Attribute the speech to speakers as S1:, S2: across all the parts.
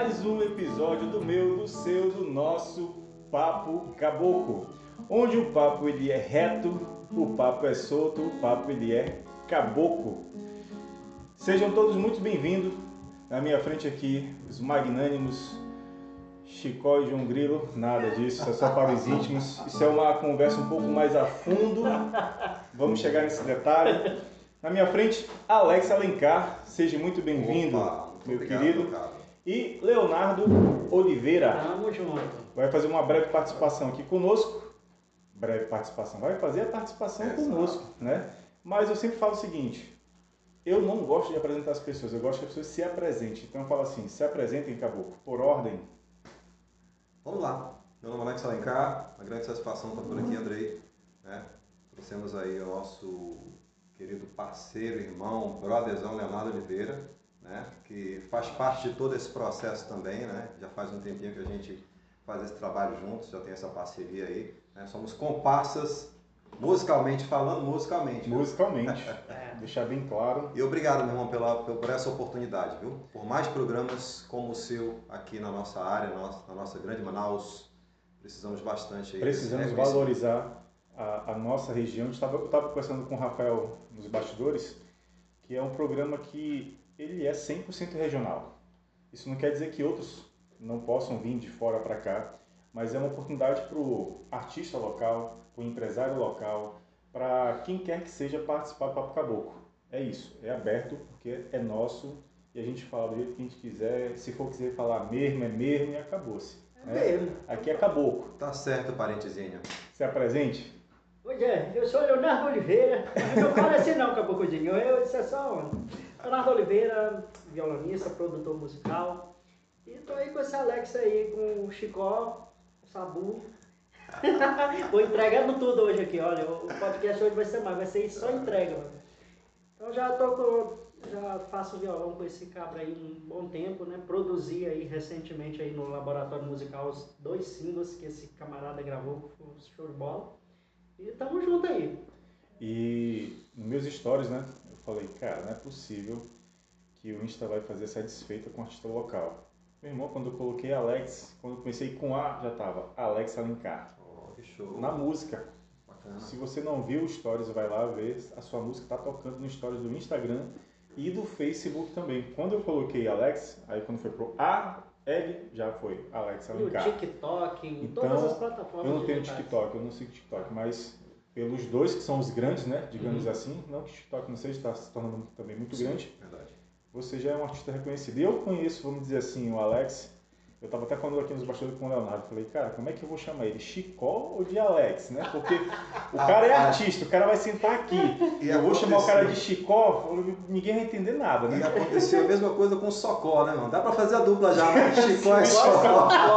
S1: mais um episódio do meu, do seu, do nosso Papo Caboclo, onde o papo ele é reto, o papo é solto, o papo ele é caboclo. Sejam todos muito bem-vindos. Na minha frente aqui, os magnânimos Chicó e João Grilo, nada disso, isso é só para os íntimos. Isso é uma conversa um pouco mais a fundo, vamos chegar nesse detalhe. Na minha frente, Alex Alencar, seja muito bem-vindo, meu
S2: obrigado,
S1: querido.
S2: Cara.
S1: E Leonardo Oliveira.
S3: Tamo junto.
S1: Vai fazer uma breve participação aqui conosco. Breve participação, vai fazer a participação conosco, né? Mas eu sempre falo o seguinte, eu não gosto de apresentar as pessoas, eu gosto que as pessoas se apresentem. Então eu falo assim, se apresentem, caboclo, por ordem.
S2: Vamos lá. Meu nome é Alex Alencar, uma grande satisfação estar por aqui, Andrei. Trouxemos aí o nosso querido parceiro, irmão, brotherzão Leonardo Oliveira, né? Que faz parte de todo esse processo também, né? Já faz um tempinho que a gente faz esse trabalho juntos, já tem essa parceria aí. Né? Somos comparsas, musicalmente falando, musicalmente.
S1: Deixar bem claro.
S2: E obrigado, meu irmão, por essa oportunidade, viu? Por mais programas como o seu aqui na nossa área, na nossa grande Manaus. Precisamos bastante aí.
S1: Precisamos valorizar a nossa região. Eu estava conversando com o Rafael nos bastidores, que é um programa que ele é 100% regional. Isso não quer dizer que outros não possam vir de fora para cá, mas é uma oportunidade para o artista local, para o empresário local, para quem quer que seja participar do Papo Caboclo. É isso, é aberto porque é nosso e a gente fala do jeito que a gente quiser. Se for quiser falar mesmo, é mesmo e acabou-se.
S3: Mesmo.
S1: Aqui é caboclo.
S2: Tá certo, parentezinho.
S1: Se apresente.
S3: Pois é, eu sou Leonardo Oliveira, mas não falo assim não, caboclozinho. Eu disse só Leonardo Oliveira, violonista, produtor musical. E tô aí com esse Alex aí, com o Chicó, o Sabu. Vou entregando tudo hoje aqui, olha, o podcast hoje vai ser só entrega, mano. Então já faço violão com esse cabra aí um bom tempo, né? Produzi aí recentemente aí no Laboratório Musical os 2 singles que esse camarada gravou, foi um show de bola. E tamo junto aí.
S1: E nos meus stories, né, eu falei, cara, não é possível que o Insta vai fazer essa desfeita com o artista local. Meu irmão, quando eu coloquei Alex, quando eu comecei com A, já tava Alex Alencar.
S2: Oh, que show.
S1: Na música.
S2: Bacana.
S1: Se você não viu o stories, vai lá ver, a sua música tá tocando no stories do Instagram e do Facebook também. Quando eu coloquei Alex, aí quando foi pro A, L, já foi Alex Alencar.
S3: E o TikTok, em
S1: Então,
S3: todas as plataformas.
S1: eu não tenho
S3: digitais.
S1: TikTok, eu não sigo TikTok, mas pelos dois que são os grandes, né, digamos assim, não que o TikTok não seja, está se tornando também muito grande,
S2: Verdade.
S1: você já é um artista reconhecido. E eu conheço, vamos dizer assim, o Alex. Eu estava até falando aqui nos bastidores com o Leonardo, falei, cara, como é que eu vou chamar ele? Chicó ou de Alex, né? Porque o cara é artista, o cara vai sentar aqui. E eu vou chamar o cara de Chicó, ninguém vai entender nada, né?
S2: E aconteceu a mesma coisa com o Socó, né, mano? Dá pra fazer a dupla já, né? Chicó e Socó.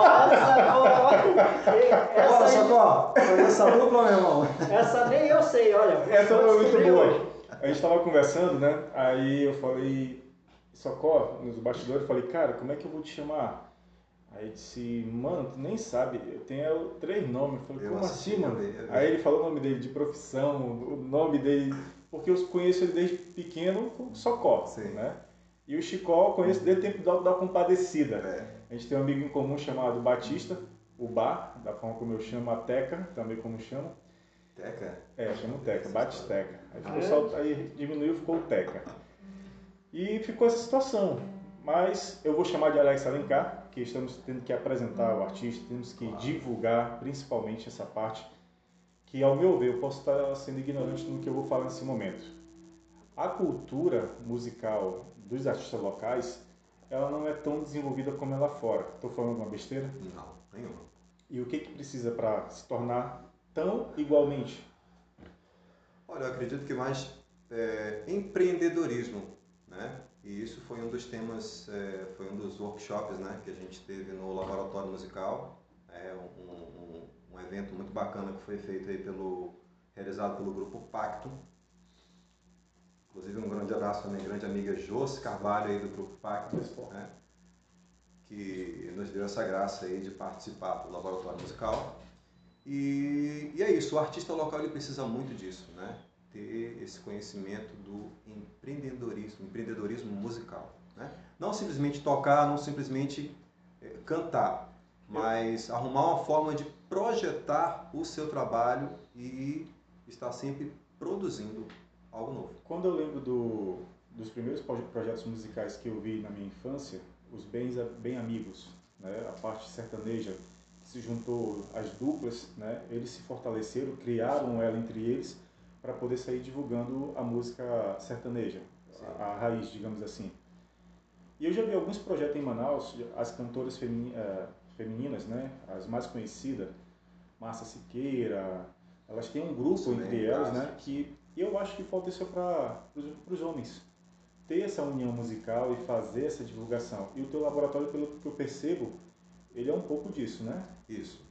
S2: Bora, Socó! Fazer essa dupla, meu irmão.
S3: Essa nem eu sei, olha.
S1: Essa foi muito boa. A gente estava conversando, né? Aí eu falei, Socó, nos bastidores, eu falei, cara, como é que eu vou te chamar? Aí ele disse, mano, tu nem sabe, eu tenho 3 nomes. Eu falei, como assim, mano? Aí ele falou o nome dele de profissão, o nome dele, porque eu conheço ele desde pequeno com Socó, né? E o Chicó eu conheço desde o tempo da Compadecida. A gente tem um amigo em comum chamado Batista, o Bar, da forma como eu chamo, a Teca, também como chamo.
S2: Teca?
S1: É, chamo Teca, Batisteca. Aí diminuiu, ficou o Teca. E ficou essa situação. Mas eu vou chamar de Alex Alencar, porque estamos tendo que apresentar o artista, temos que divulgar principalmente essa parte, que ao meu ver, eu posso estar sendo ignorante no que eu vou falar nesse momento. A cultura musical dos artistas locais, ela não é tão desenvolvida como é lá fora. Estou falando alguma besteira?
S2: Não, nenhuma.
S1: E o que precisa para se tornar tão igualmente?
S2: Olha, eu acredito que mais empreendedorismo, né? E isso foi um dos temas, foi um dos workshops, né, que a gente teve no Laboratório Musical. Um evento muito bacana que foi feito aí realizado pelo Grupo Pacto. Inclusive um grande abraço à minha grande amiga Josi Carvalho aí do Grupo Pacto, né, que nos deu essa graça aí de participar do Laboratório Musical. E é isso, o artista local ele precisa muito disso, né? Ter esse conhecimento do empreendedorismo musical, né? Não simplesmente tocar, não simplesmente cantar, mas arrumar uma forma de projetar o seu trabalho e estar sempre produzindo algo novo.
S1: Quando eu lembro dos primeiros projetos musicais que eu vi na minha infância, os Bem Amigos, né, a parte sertaneja, que se juntou as duplas, né, eles se fortaleceram, criaram ela entre eles para poder sair divulgando a música sertaneja, a raiz, digamos assim. E eu já vi alguns projetos em Manaus, as cantoras femininas, né, as mais conhecidas, Márcia Siqueira, elas têm um grupo entre elas, né, que eu acho que falta isso para os homens. Ter essa união musical e fazer essa divulgação. E o teu laboratório, pelo que eu percebo, ele é um pouco disso, né?
S2: Isso.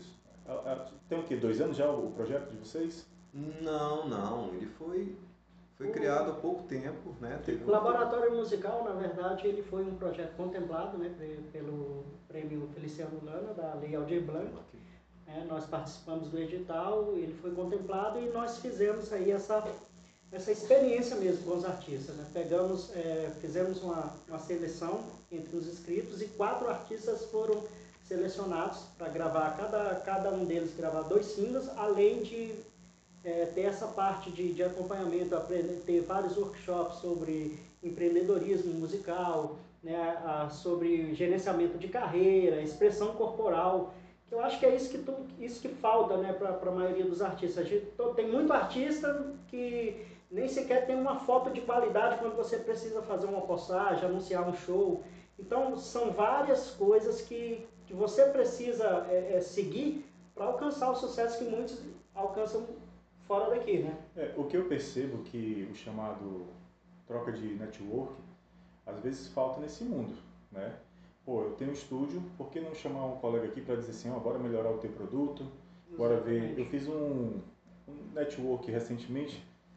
S1: Tem o quê? 2 anos já o projeto de vocês?
S2: Não. Ele foi criado há pouco tempo, né?
S3: O laboratório musical, na verdade, ele foi um projeto contemplado, né, pelo prêmio Feliciano Lana, da Lei Aldir Blanc. Nós participamos do edital, ele foi contemplado e nós fizemos aí essa experiência mesmo com os artistas, né? Fizemos uma seleção entre os inscritos e 4 artistas foram selecionados para gravar, cada um deles gravar 2 singles, além de ter essa parte de acompanhamento, ter vários workshops sobre empreendedorismo musical, né? Sobre gerenciamento de carreira, expressão corporal, que eu acho que é isso que falta, né, para a maioria dos artistas. Tem muito artista que nem sequer tem uma foto de qualidade quando você precisa fazer uma postagem, anunciar um show. Então, são várias coisas que você precisa seguir para alcançar o sucesso que muitos alcançam fora daqui, né?
S1: O que eu percebo que o chamado troca de network, às vezes falta nesse mundo, né? Pô, eu tenho um estúdio, por que não chamar um colega aqui para dizer assim, bora melhorar o teu produto, bora ver. Eu fiz um network recentemente,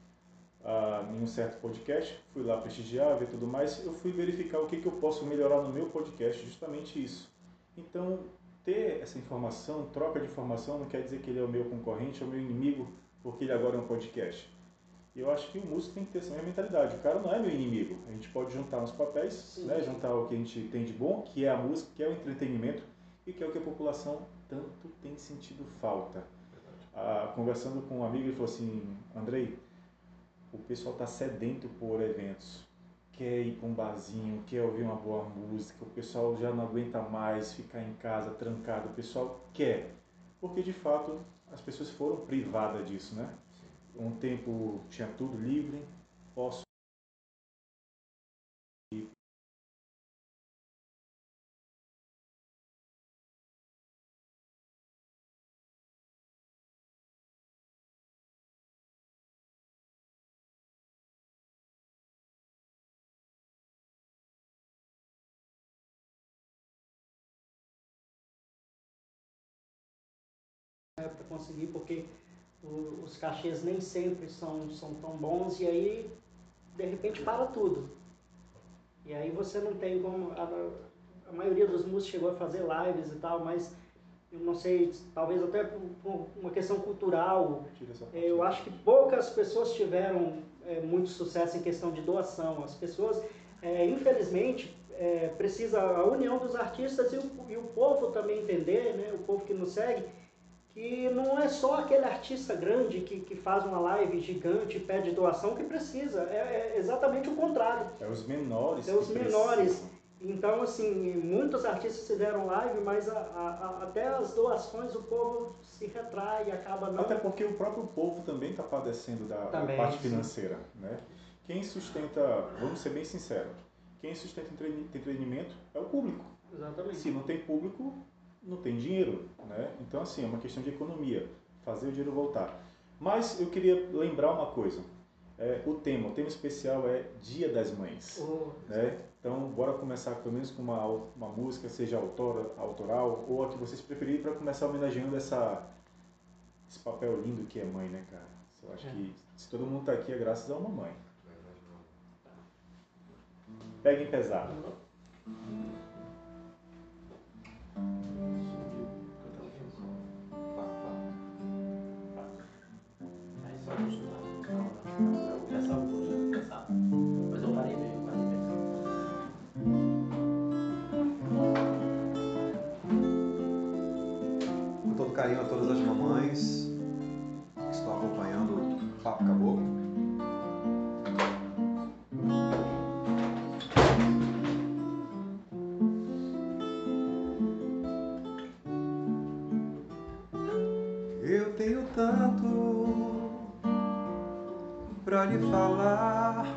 S1: em um certo podcast, fui lá prestigiar, ver tudo mais, eu fui verificar o que eu posso melhorar no meu podcast, justamente isso. Então, ter essa informação, troca de informação, não quer dizer que ele é o meu concorrente, é o meu inimigo, porque ele agora é um podcast. E eu acho que o músico tem que ter essa mesma mentalidade. O cara não é meu inimigo. A gente pode juntar uns papéis, né? Juntar o que a gente tem de bom, que é a música, que é o entretenimento, e que é o que a população tanto tem sentido falta. Conversando com um amigo, ele falou assim, Andrei, o pessoal está sedento por eventos. Quer ir para um barzinho, quer ouvir uma boa música, o pessoal já não aguenta mais ficar em casa trancado, o pessoal quer. Porque de fato as pessoas foram privadas disso, né? Um tempo tinha tudo livre, posso ir.
S3: Para conseguir, porque os cachês nem sempre são tão bons e aí de repente para tudo. E aí você não tem como. A maioria dos músicos chegou a fazer lives e tal, mas eu não sei, talvez até por uma questão cultural, eu acho que poucas pessoas tiveram muito sucesso em questão de doação. As pessoas, infelizmente, precisa a união dos artistas e o povo também entender, né, o povo que nos segue, que não é só aquele artista grande que faz uma live gigante e pede doação que precisa, é exatamente o contrário.
S1: É os menores.
S3: Os menores. Então, assim, muitos artistas fizeram live, mas até as doações o povo se retrai e acaba não...
S1: Até porque o próprio povo também está padecendo da parte financeira, né? Quem sustenta, vamos ser bem sinceros, quem sustenta entretenimento é o público.
S3: Exatamente.
S1: Se não tem público, não tem dinheiro, né? Então, assim, é uma questão de economia, fazer o dinheiro voltar. Mas eu queria lembrar uma coisa. O tema especial é Dia das Mães, né? Então, bora começar pelo menos com uma música, seja autoral ou a que vocês preferirem, para começar homenageando esse papel lindo que é mãe, né, cara? Eu acho que se todo mundo tá aqui é graças a uma mãe. Peguem pesado.
S4: Mas eu parei mesmo.
S2: carinho a todas as mamães que estão acompanhando o Papo Caboclo. Eu tenho tanto pra lhe falar,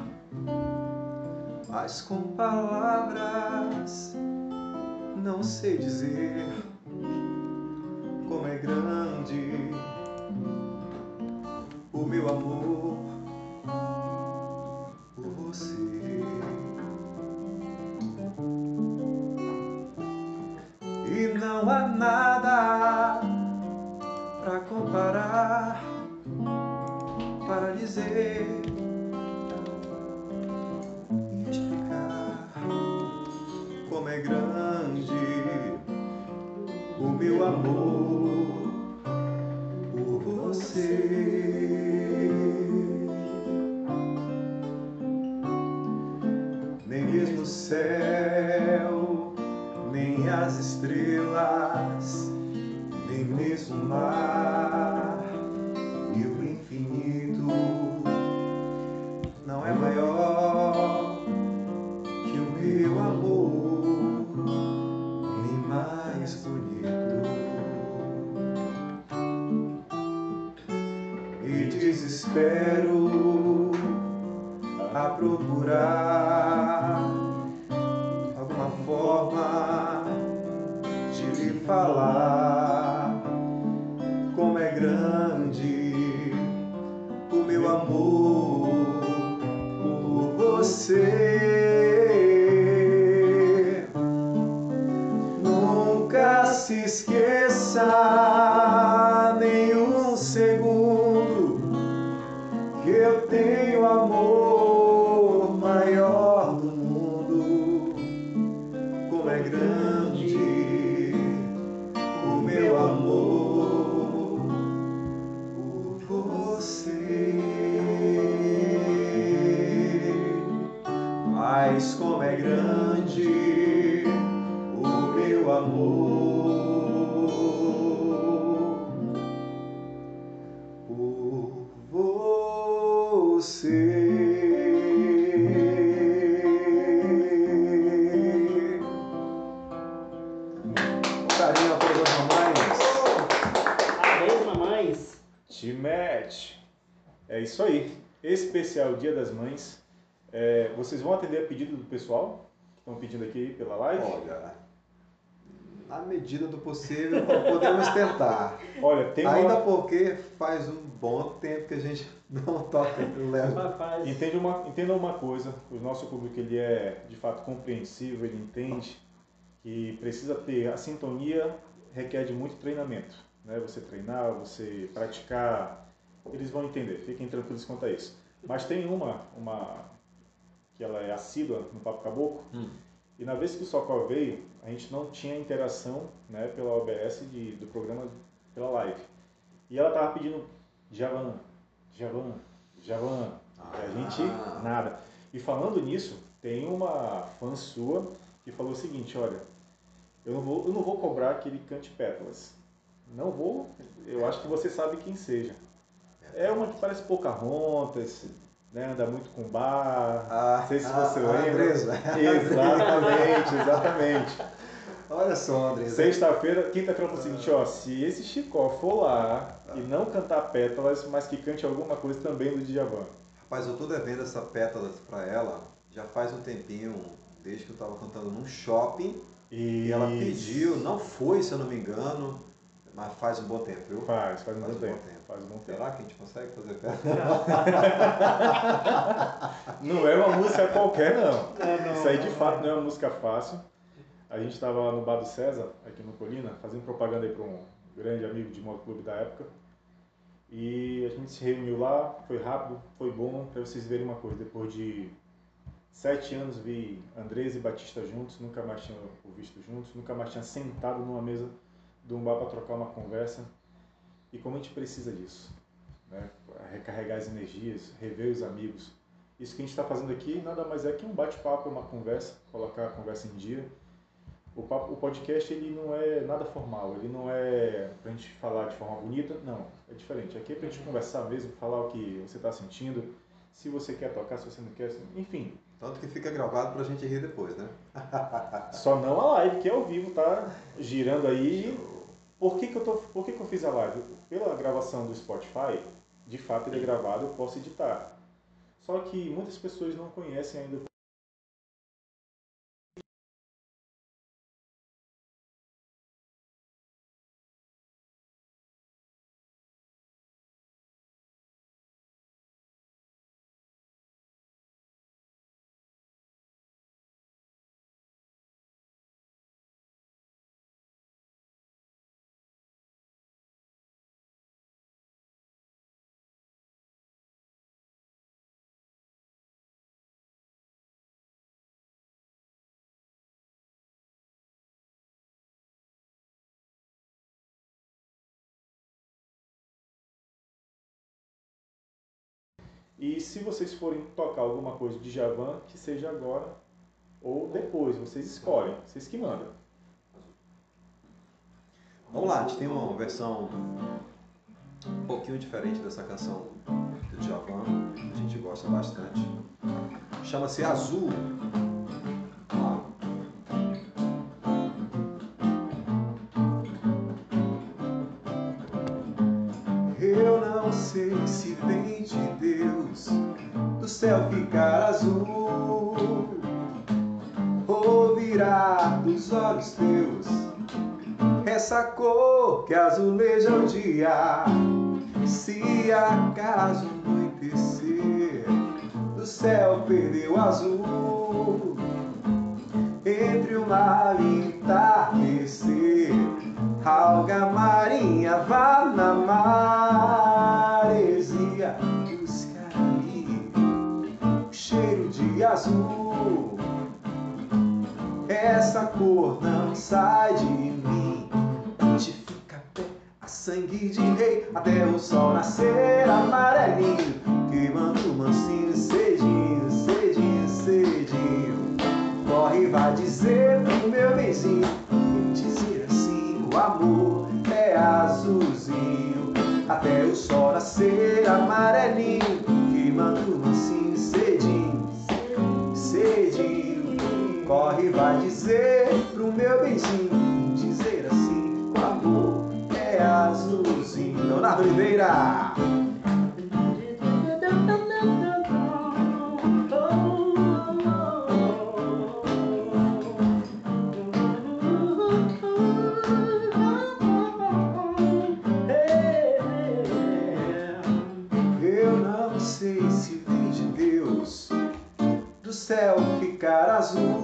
S2: mas com palavras não sei dizer como é grande o meu amor por você. E não há nada pra comparar, para dizer e explicar como é grande o meu amor por você. Nem mesmo o céu, nem as estrelas, nem mesmo o mar e o infinito não é maior que o meu amor, nem mais bonito. E desespero a procurar alguma forma de lhe falar como é grande o meu amor por você. Nunca se esqueça nem um segundo que eu tenho amor maior do mundo. Como é grande o meu amor por você. Mas como é grande o meu amor por você. Carinho a todas as mamães.
S3: Parabéns, mamães.
S1: Te mete. É isso aí. Especial Dia das Mães. Vocês vão atender a pedido do pessoal que estão pedindo aqui pela live?
S2: Olha, na medida do possível, podemos tentar.
S1: Olha, tem
S2: Ainda
S1: uma...
S2: porque faz um bom tempo que a gente não toca o Léo.
S3: Rapaz.
S1: Entenda uma coisa, o nosso público ele é de fato compreensivo, ele entende que precisa ter a sintonia, requer de muito treinamento, né? Você treinar, você praticar, eles vão entender, fiquem tranquilos quanto a isso. Mas tem uma que ela é assídua no Papo Caboclo, e na vez que o Socó veio, a gente não tinha interação, né, pela OBS do programa, pela live. E ela tava pedindo Djavan, e a gente nada. E falando nisso, tem uma fã sua que falou o seguinte, olha, eu não vou cobrar que ele cante Pétalas. Não vou, eu acho que você sabe quem seja. É uma que parece Pocahontas, né, anda muito com bar, não sei se você lembra.
S2: Andresa.
S1: Exatamente.
S2: Olha só, Andresa.
S1: Quinta-feira foi o seguinte, ó, se esse Chicó for lá e não cantar Pétalas, mas que cante alguma coisa também do Djavan.
S2: Rapaz, eu tô devendo essa Pétalas pra ela já faz um tempinho, desde que eu tava cantando num shopping. E ela pediu, não foi, se eu não me engano, mas faz um bom tempo, viu?
S1: Faz um bom tempo.
S2: Será que a gente consegue fazer Pétalas?
S1: Não é uma música qualquer, não. Isso aí de
S3: não.
S1: fato não é uma música fácil. A gente estava no Bar do César, aqui no Colina, fazendo propaganda aí para um grande amigo de motoclube da época. E a gente se reuniu lá, foi rápido, foi bom, para vocês verem uma coisa. Depois de 7 anos vi Andrés e Batista juntos, nunca mais tinha o visto juntos, nunca mais tinha sentado numa mesa de um bar para trocar uma conversa. E como a gente precisa disso, né? Recarregar as energias, rever os amigos. Isso que a gente está fazendo aqui nada mais é que um bate-papo, uma conversa, colocar a conversa em dia. O podcast ele não é nada formal, ele não é pra gente falar de forma bonita, não, é diferente. Aqui é pra gente conversar mesmo, falar o que você tá sentindo, se você quer tocar, se você não quer, enfim.
S2: Tanto que fica gravado pra gente rir depois, né?
S1: Só não a live, que é ao vivo, tá girando aí. Por que que eu fiz a live? Pela gravação do Spotify, de fato ele é gravado, eu posso editar. Só que muitas pessoas não conhecem ainda. E se vocês forem tocar alguma coisa de Djavan, que seja agora ou depois, vocês escolhem, vocês que mandam.
S2: Vamos lá, a gente tem uma versão um pouquinho diferente dessa canção do Djavan, que a gente gosta bastante. Chama-se Azul. Vamos lá. Eu não sei se vem de Deus do céu ficar azul ou virar dos olhos teus essa cor que azuleja o dia. Se acaso anoitecer, do céu perdeu o azul entre o mar e entardecer. Alga marinha vá na maresia buscar ali o cheiro de azul. Essa cor não sai de mim, te fica pé a sangue de rei até o sol nascer amarelinho, queimando mansinho, cedinho, cedinho, cedinho. Corre e vai dizer pro meu benzinho, dizer assim, o amor é azulzinho, até o sol nascer amarelinho, queimando mansinho, cedinho, cedinho. Corre e vai dizer pro meu benzinho, dizer assim, o amor é azulzinho. Leonardo Oliveira. Eu não sei se vem de Deus do céu ficar azul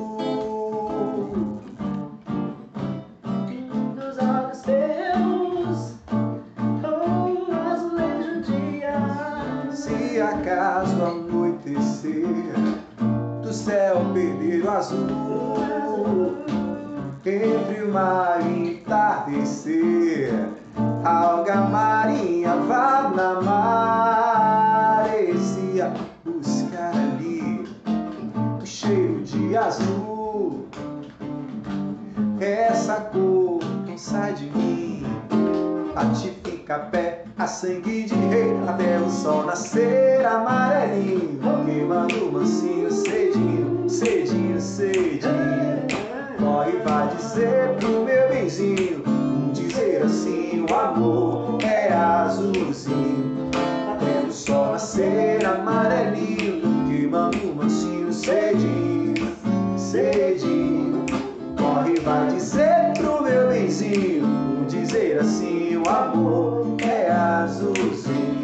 S3: Dos olhos teus, oh, azulejo dia.
S2: se acaso anoitecer, do céu perder o azul entre o mar e entardecer. Alga marinha vá na maresia buscar ali o cheiro de azul. Essa cor não sai de mim, a ti fica pé a sangue de rei até o sol nascer amarelinho, queimando mansinho, cedinho, cedinho, cedinho. Corre e vai dizer pro meu benzinho, dizer assim, o amor é azulzinho, até o sol nascer amarelinho, queimando mansinho, cedinho, cedinho. Corre e vai dizer pro meu benzinho, dizer assim, o amor é azulzinho.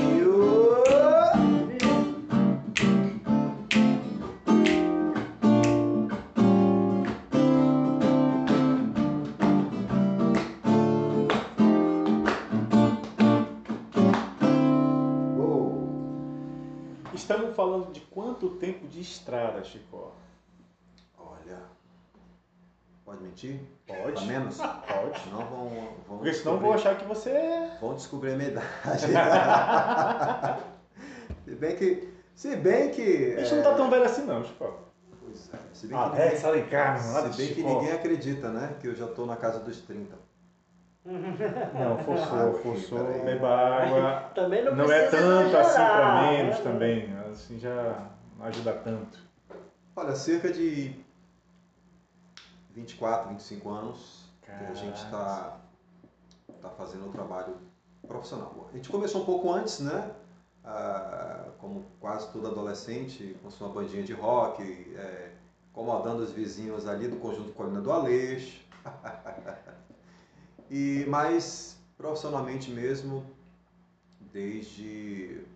S1: Estamos falando de quanto tempo de estrada, Chico?
S2: Olha, pode mentir?
S1: Pode.
S2: Pra menos?
S1: Pode.
S2: Não vão
S1: Porque senão eu vou achar que você é...
S2: Vão descobrir a minha idade. se bem que
S1: A gente não tá tão velho assim não, Chico.
S2: Pois é. Se bem que
S1: Alex Alencar, lá
S2: se bem que ninguém acredita, né? Que eu já tô na casa dos 30.
S1: Não, forçou,
S2: peraí.
S1: beba água.
S3: Também não
S1: Não é
S3: precisa
S1: tanto assim para
S3: exagerar,
S1: menos
S3: né?
S1: também, assim já não ajuda tanto.
S2: Olha, cerca de 24, 25 anos que a gente
S1: Caraca.
S2: tá fazendo o trabalho profissional. A gente começou um pouco antes, né? Como quase todo adolescente, com sua bandinha de rock, incomodando os vizinhos ali do Conjunto Colina do Aleixo. Mas profissionalmente mesmo, desde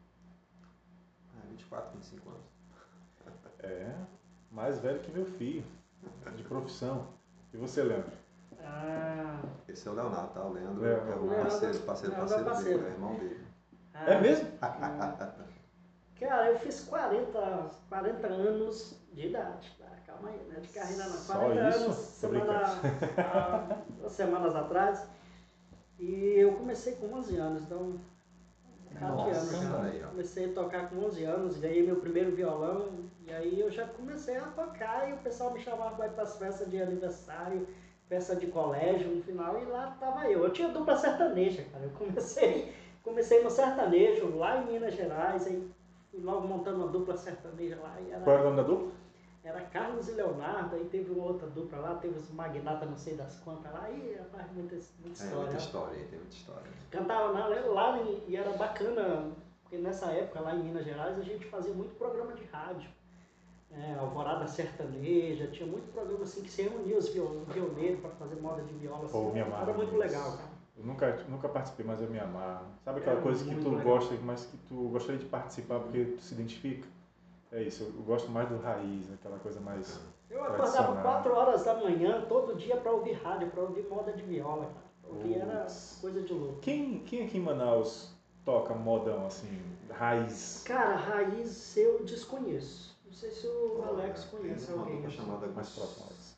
S2: 24, 25 anos.
S1: É, mais velho que meu filho, de profissão. E você, Leandro?
S2: Esse é o Leonardo, tá? O Leandro
S1: Leandro.
S2: é o
S3: Leandro
S2: parceiro
S3: é
S2: dele,
S3: parceiro.
S2: é irmão dele.
S1: É mesmo?
S3: Cara, eu fiz 40 anos de idade, tá? Calma aí, né? De carreira não.
S1: Só
S3: 40
S1: isso?
S3: anos,
S1: Tô brincando.
S3: há 2 semanas atrás. E eu comecei com 11 anos, então, 4 anos já.
S2: Aí, ó.
S3: Comecei a tocar com 11 anos, ganhei meu primeiro violão, e aí eu já comecei a tocar, e o pessoal me chamava para ir para as festas de aniversário, festa de colégio no final, e lá tava eu. Eu tinha dupla sertaneja, cara. Eu comecei no sertanejo, lá em Minas Gerais, aí fui logo montando uma dupla sertaneja lá. E
S1: Qual era o nome da dupla?
S3: era Carlos e Leonardo, aí teve uma outra dupla lá, teve os magnatas não sei das quantas lá, e rapaz, muita história.
S2: Muita história aí, tem muita história.
S3: Cantava lá e era bacana, porque nessa época lá em Minas Gerais a gente fazia muito programa de rádio. Alvorada Sertaneja, tinha muito programa assim que se reunia os violeiros para fazer moda de viola. Assim,
S1: Me amarro
S3: era muito
S1: nisso.
S3: legal, cara.
S1: Eu nunca participei, mas eu me amarro. Sabe aquela
S3: É
S1: coisa que
S3: muito
S1: tu
S3: legal.
S1: gosta, mas que tu gostaria de participar porque tu se identifica? É isso, eu gosto mais do raiz, aquela coisa mais
S3: Eu acordava
S1: tradicional.
S3: 4 horas da manhã, todo dia, para ouvir rádio, para ouvir moda de viola, cara. Porque era
S1: Putz.
S3: coisa de louco.
S1: Quem aqui em Manaus toca modão, assim, raiz?
S3: Cara, raiz eu desconheço. Não sei se o Alex conhece
S2: Tem uma
S3: alguém.
S2: dupla
S3: assim.
S2: chamada
S1: Mais próximo, Alex.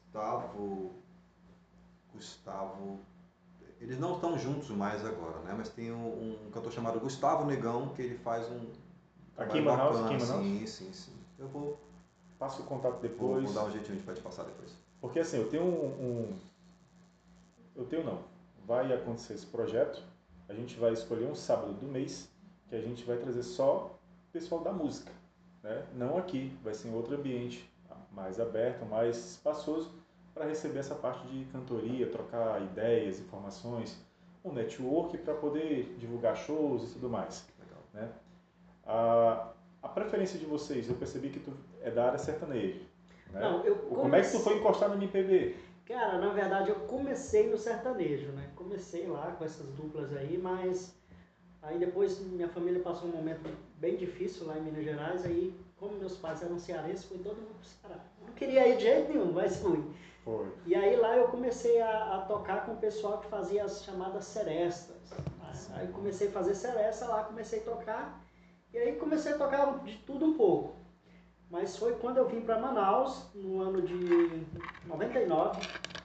S2: Gustavo. Eles não estão juntos mais agora, né? Mas tem um cantor chamado Gustavo Negão, que ele faz um
S1: Aqui em
S2: trabalho
S1: Manaus?
S2: bacana.
S1: Aqui em Manaus?
S2: Sim. Eu vou
S1: Passo o contato depois.
S2: dar um jeitinho de te passar depois.
S1: Porque assim, eu tenho Eu tenho não. Vai acontecer esse projeto, a gente vai escolher um sábado do mês, que a gente vai trazer só o pessoal da música. Né? Não aqui, vai ser em outro ambiente, mais aberto, mais espaçoso, para receber essa parte de cantoria, trocar ideias, informações, um network para poder divulgar shows e tudo mais.
S2: Legal.
S1: Né? A preferência de vocês, eu percebi que tu é da área sertaneja. Né?
S3: Não,
S1: Como é que tu foi encostar no MPB?
S3: Cara, na verdade eu comecei no sertanejo, né? Comecei lá com essas duplas aí, mas aí depois minha família passou um momento bem difícil lá em Minas Gerais, aí como meus pais eram cearenses, foi todo mundo pro Ceará. Eu não queria ir de jeito nenhum, mas fui.
S1: Foi.
S3: E aí lá eu comecei a tocar com o pessoal que fazia as chamadas serestas. Aí comecei a fazer seresta lá, comecei a tocar, e aí comecei a tocar de tudo um pouco. Mas foi quando eu vim para Manaus, no ano de 99.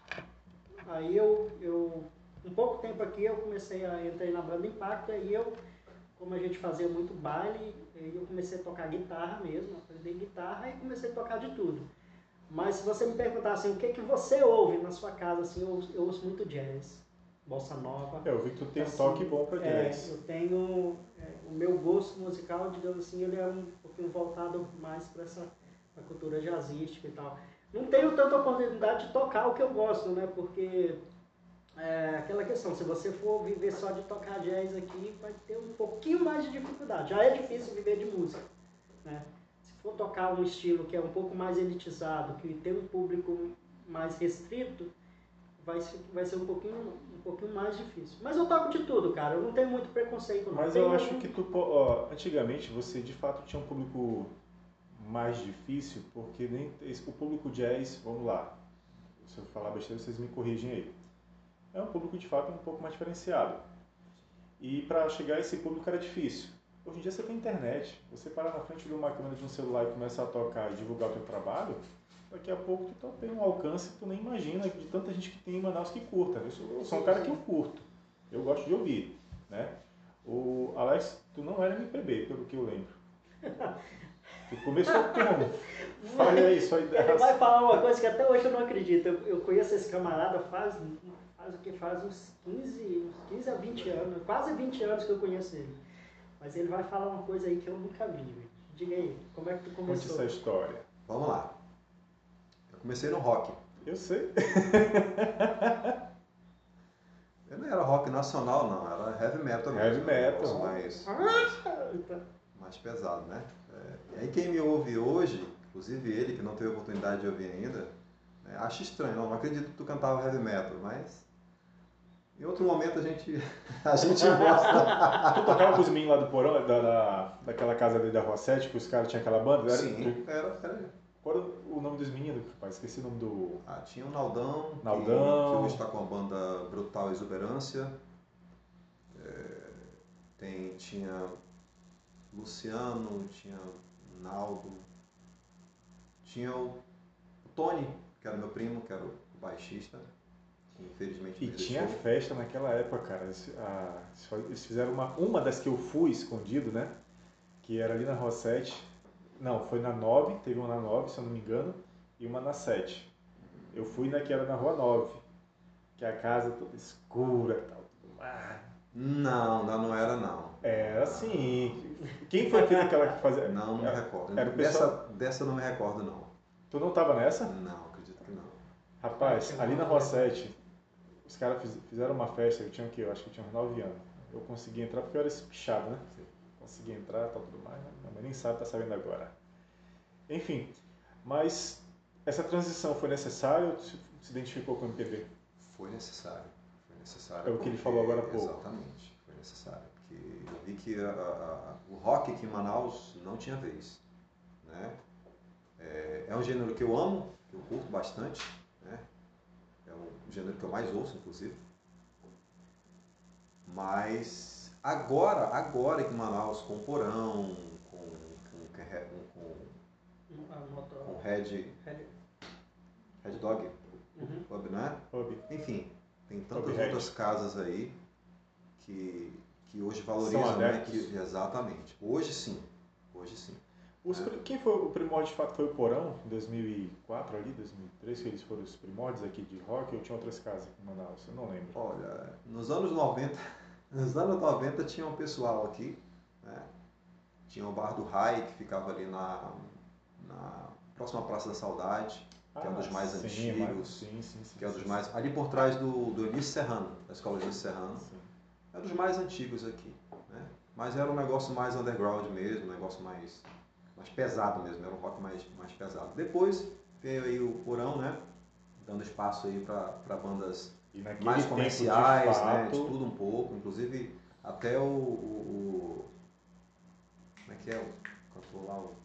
S3: Aí um pouco tempo aqui, eu comecei a entrar na banda Impacto, e como a gente fazia muito baile, eu comecei a tocar guitarra mesmo, aprender guitarra e comecei a tocar de tudo. Mas se você me perguntar assim, o que você ouve na sua casa, assim, eu ouço muito jazz, bossa nova.
S1: Eu vi que tu tem
S3: assim,
S1: um toque bom para jazz.
S3: Eu tenho, o meu gosto musical, digamos assim, ele é um pouquinho voltado mais para essa cultura jazzística e tal. Não tenho tanta oportunidade de tocar o que eu gosto, né? Porque aquela questão, se você for viver só de tocar jazz aqui, vai ter um pouquinho mais de dificuldade. Já é difícil viver de música, né? Se for tocar um estilo que é um pouco mais elitizado, que tem um público mais restrito, vai ser um pouquinho mais difícil. Mas eu toco de tudo, cara. Eu não tenho muito preconceito, não.
S1: Mas eu acho que antigamente você de fato tinha um público mais difícil, porque o público jazz, vamos lá, se eu falar besteira vocês me corrigem aí. É um público de fato um pouco mais diferenciado. E para chegar a esse público era difícil. Hoje em dia você tem internet, você parar na frente de uma câmera de um celular e começar a tocar e divulgar o teu trabalho, daqui a pouco tu tem um alcance que tu nem imagina de tanta gente que tem em Manaus que curta. Eu sou um cara que eu curto, eu gosto de ouvir, né? O Alex, tu não era MPB, pelo que eu lembro. Tu começou como? Fale aí, sua ideia.
S3: Ele vai falar uma coisa que até hoje eu não acredito. Eu conheço esse camarada faz o que? Faz uns 15 a 20 anos, quase 20 anos que eu conheço ele. Mas ele vai falar uma coisa aí que eu nunca vi, velho. Diga aí, como é que tu
S1: Conte
S3: começou?
S1: essa história.
S2: Vamos lá. Eu comecei no rock.
S1: Eu sei.
S2: Eu não era rock nacional, não. Era heavy metal mesmo.
S1: Heavy metal.
S2: Um negócio
S3: Então,
S2: mais pesado, né? E aí quem me ouve hoje, inclusive ele, que não teve oportunidade de ouvir ainda, acha estranho. Não acredito que tu cantava heavy metal, mas... Em outro momento a gente mostra.
S1: Tu tocava com os meninos lá do porão, daquela casa ali da Rua 7, que os caras tinham aquela banda?
S2: Sim, era.
S1: Qual era o nome dos meninos, rapaz? Esqueci o nome do...
S2: Tinha o Naldão,
S1: Naldão.
S2: que hoje está com a banda Brutal Exuberância. Tinha Luciano, tinha Naldo, tinha o Tony, que era meu primo, que era o baixista, que infelizmente
S1: E
S2: me
S1: tinha
S2: deixou.
S1: festa naquela época, cara. Eles fizeram uma das que eu fui escondido, né? Que era ali na Rua 7. Não, foi na 9, teve uma na 9, se eu não me engano, e uma na 7. Eu fui na que era na Rua 9, que é a casa toda escura e tal.
S2: Não, não era não.
S1: Era assim. Quem foi aquela que fazia?
S2: Não me recordo.
S1: Era o pessoal.
S2: Dessa eu não me recordo não.
S1: Tu não tava nessa?
S2: Não, acredito que não.
S1: Rapaz, ali na Rua 7, os caras fizeram uma festa, eu tinha o quê? Eu acho que eu tinha uns 9 anos. Eu consegui entrar porque eu era espichado, né? Consegui entrar, tal, tudo mais, né? Minha mãe nem sabe, tá sabendo agora. Enfim, mas essa transição foi necessária ou tu se identificou com o MPB?
S2: Foi necessário.
S1: É o que ele falou agora há pouco.
S2: Exatamente, foi necessário. Porque eu vi que o rock aqui em Manaus não tinha vez. Né? É um gênero que eu amo, que eu curto bastante. Né? É um gênero que eu mais ouço, inclusive. Mas agora aqui em Manaus, com o Porão, com Red Dog, Pub, né?
S1: Pub.
S2: Enfim, tem
S1: Pub
S2: tantas
S1: Red.
S2: outras casas aí que hoje
S1: São
S2: valorizam, né?
S1: adeptos.
S2: Exatamente. Hoje sim.
S1: Quem foi o primórdio de fato? Foi o Porão, em 2004 ali, 2003, que eles foram os primórdios aqui de rock, ou tinha outras casas aqui em Manaus? Eu não lembro.
S2: Olha, nos anos 90 tinha um pessoal aqui, né? Tinha o Bar do Rai, que ficava ali na próxima Praça da Saudade, que é um dos mais antigos, que é um dos mais... Ali por trás do Eunice Serrano, da escola Eunice Serrano.
S1: Sim.
S2: É um dos mais antigos aqui, né? Mas era um negócio mais underground mesmo, um negócio mais pesado mesmo, era um rock mais pesado. Depois veio aí o Porão, né? Dando espaço aí para bandas mais comerciais,
S1: tempo,
S2: né? De tudo um pouco, inclusive até como é que é o cantor lá, o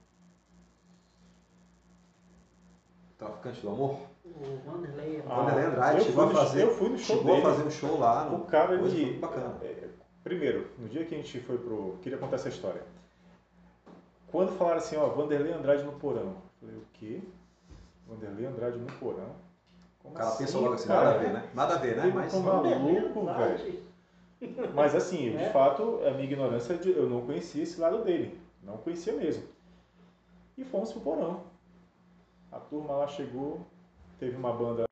S2: Traficante do Amor?
S3: o Vanderlei
S2: Andrade chegou a fazer um show lá.
S1: O cara,
S2: coisa
S1: ele...
S2: muito bacana.
S1: Primeiro, no dia que a gente foi queria contar essa história. Quando falaram assim, ó, Vanderlei Andrade no Porão, eu falei, o quê? Vanderlei Andrade no Porão? Como
S2: O cara
S1: assim,
S2: pensou logo assim,
S1: cara?
S2: nada a ver, né? Nada a ver, né?
S1: Mas maluco, velho. Mas assim, de fato, a minha ignorância, eu não conhecia esse lado dele. Não conhecia mesmo. E fomos pro Porão. A turma lá chegou, teve uma banda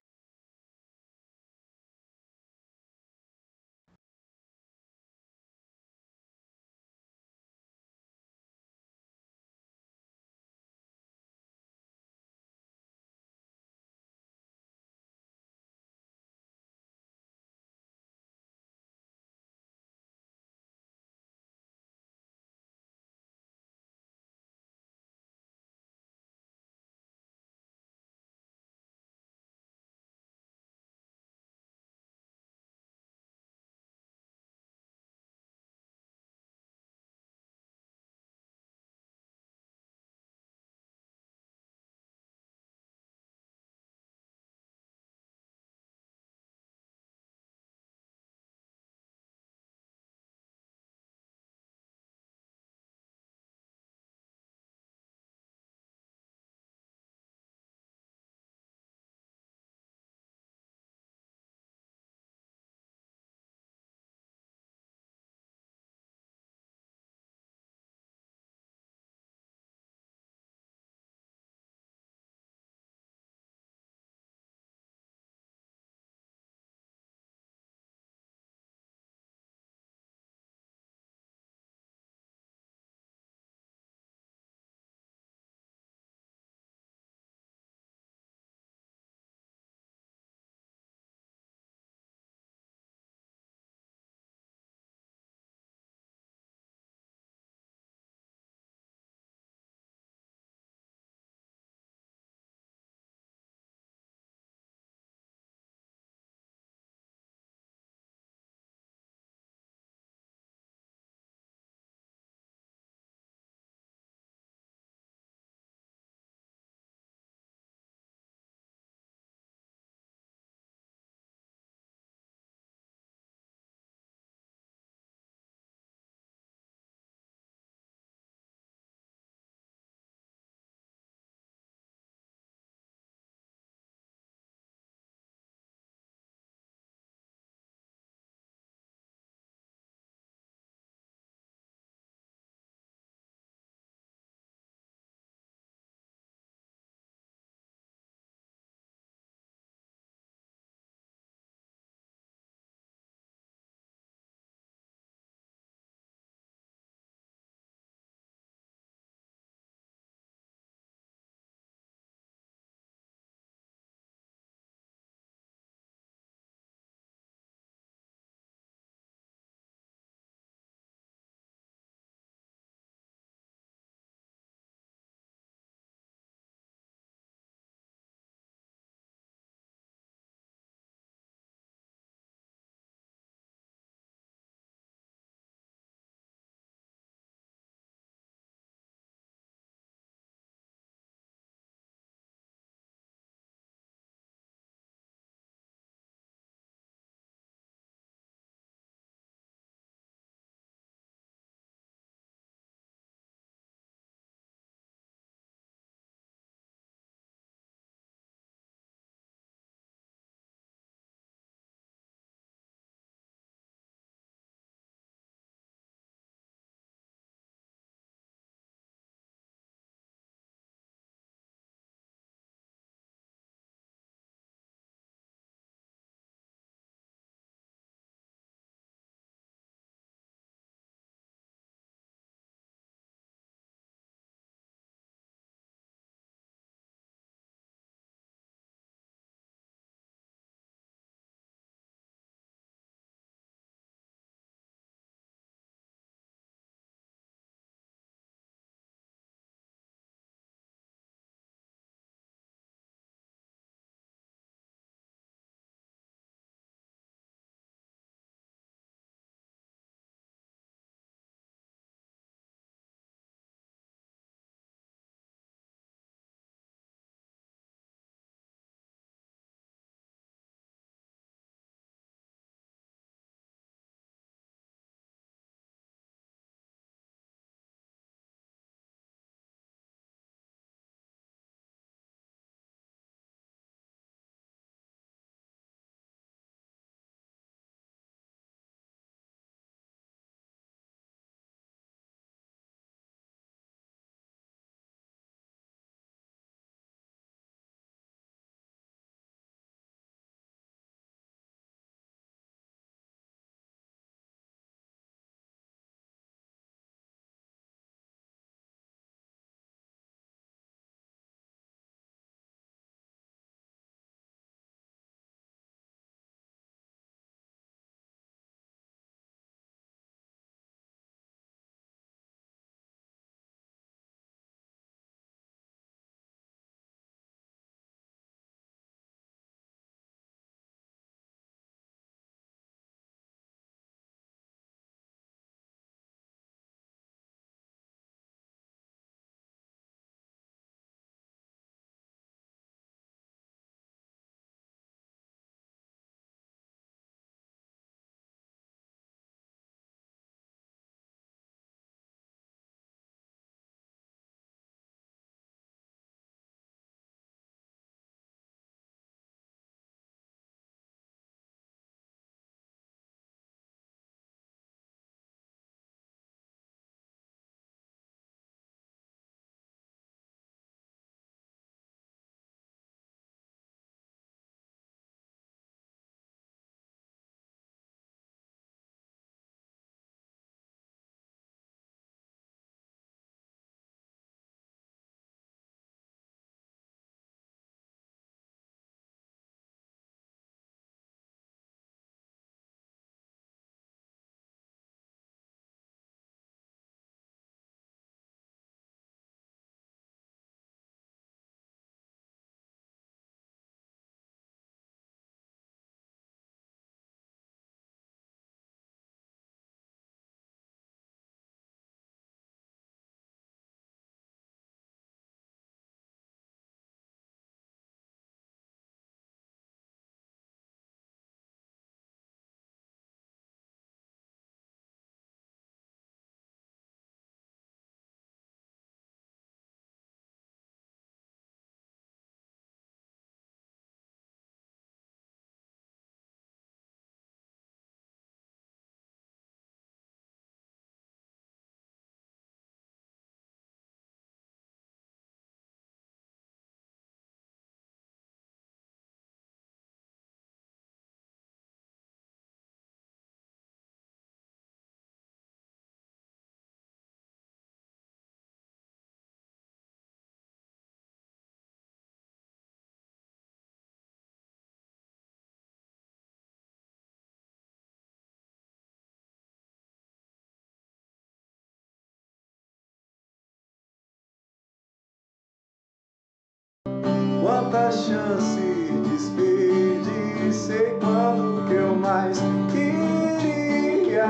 S2: mais queria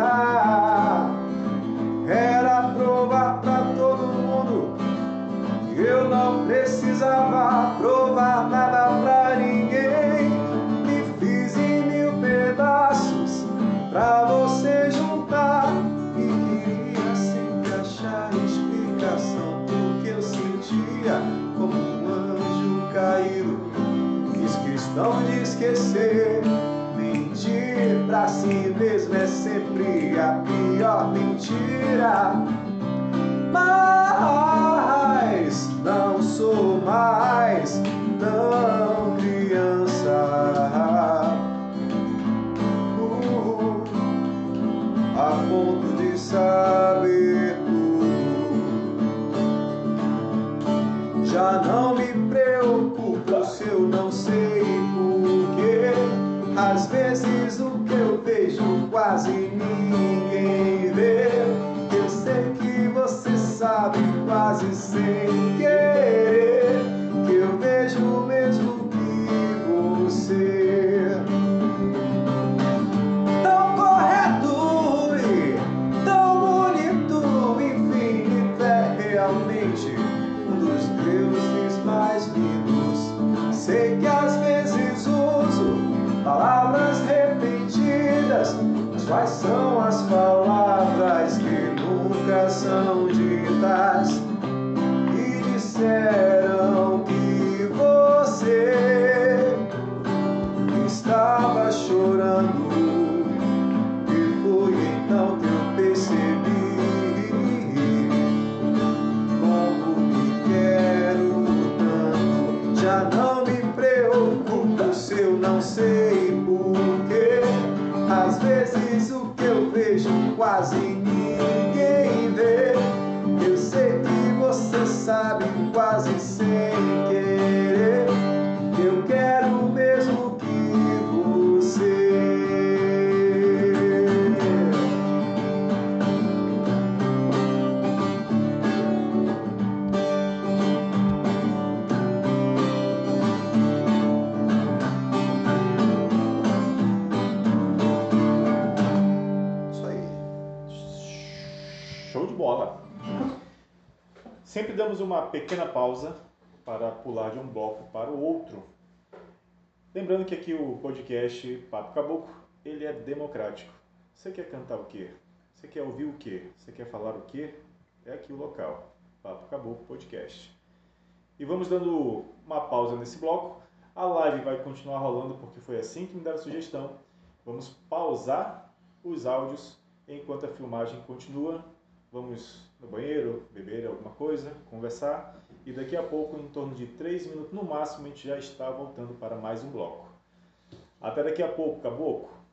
S2: era provar pra todo mundo que eu não precisava provar nada pra ninguém. Me fiz em 1000 pedaços pra você juntar e queria sempre achar explicação pro que eu sentia como um anjo caído. Fiz questão de esquecer. Mentir pra si mesmo é sempre a pior mentira. Mas não sou mais tão criança a ponto de saber tudo. Já não me preocupo se eu não sei porquê. Às vezes o que eu vejo quase ninguém vê. Eu sei que você sabe quase sem querer que eu vejo o mesmo que você. Tão correto e tão bonito, infinito é realmente um dos deuses mais lindos. Sei que às vezes uso palavras repetidas, mas quais são as palavras que nunca são ditas? E disseram que você estava chorando, e foi então que eu percebi como me quero tanto. Já não me preocupo se eu não sei porquê. Às vezes o que eu vejo quase ninguém vê. Eu sei que você sabe quase sem querer que eu quero o mesmo que você.
S1: Show de bola! Sempre damos uma pequena pausa para pular de um bloco para o outro. Lembrando que aqui o podcast Papo Caboclo, ele é democrático. Você quer cantar o quê? Você quer ouvir o quê? Você quer falar o quê? É aqui o local, Papo Caboclo Podcast. E vamos dando uma pausa nesse bloco. A live vai continuar rolando porque foi assim que me deram a sugestão. Vamos pausar os áudios enquanto a filmagem continua. Vamos no banheiro, beber alguma coisa, conversar. E daqui a pouco, em torno de 3 minutos no máximo, a gente já está voltando para mais um bloco. Até daqui a pouco, Caboclo!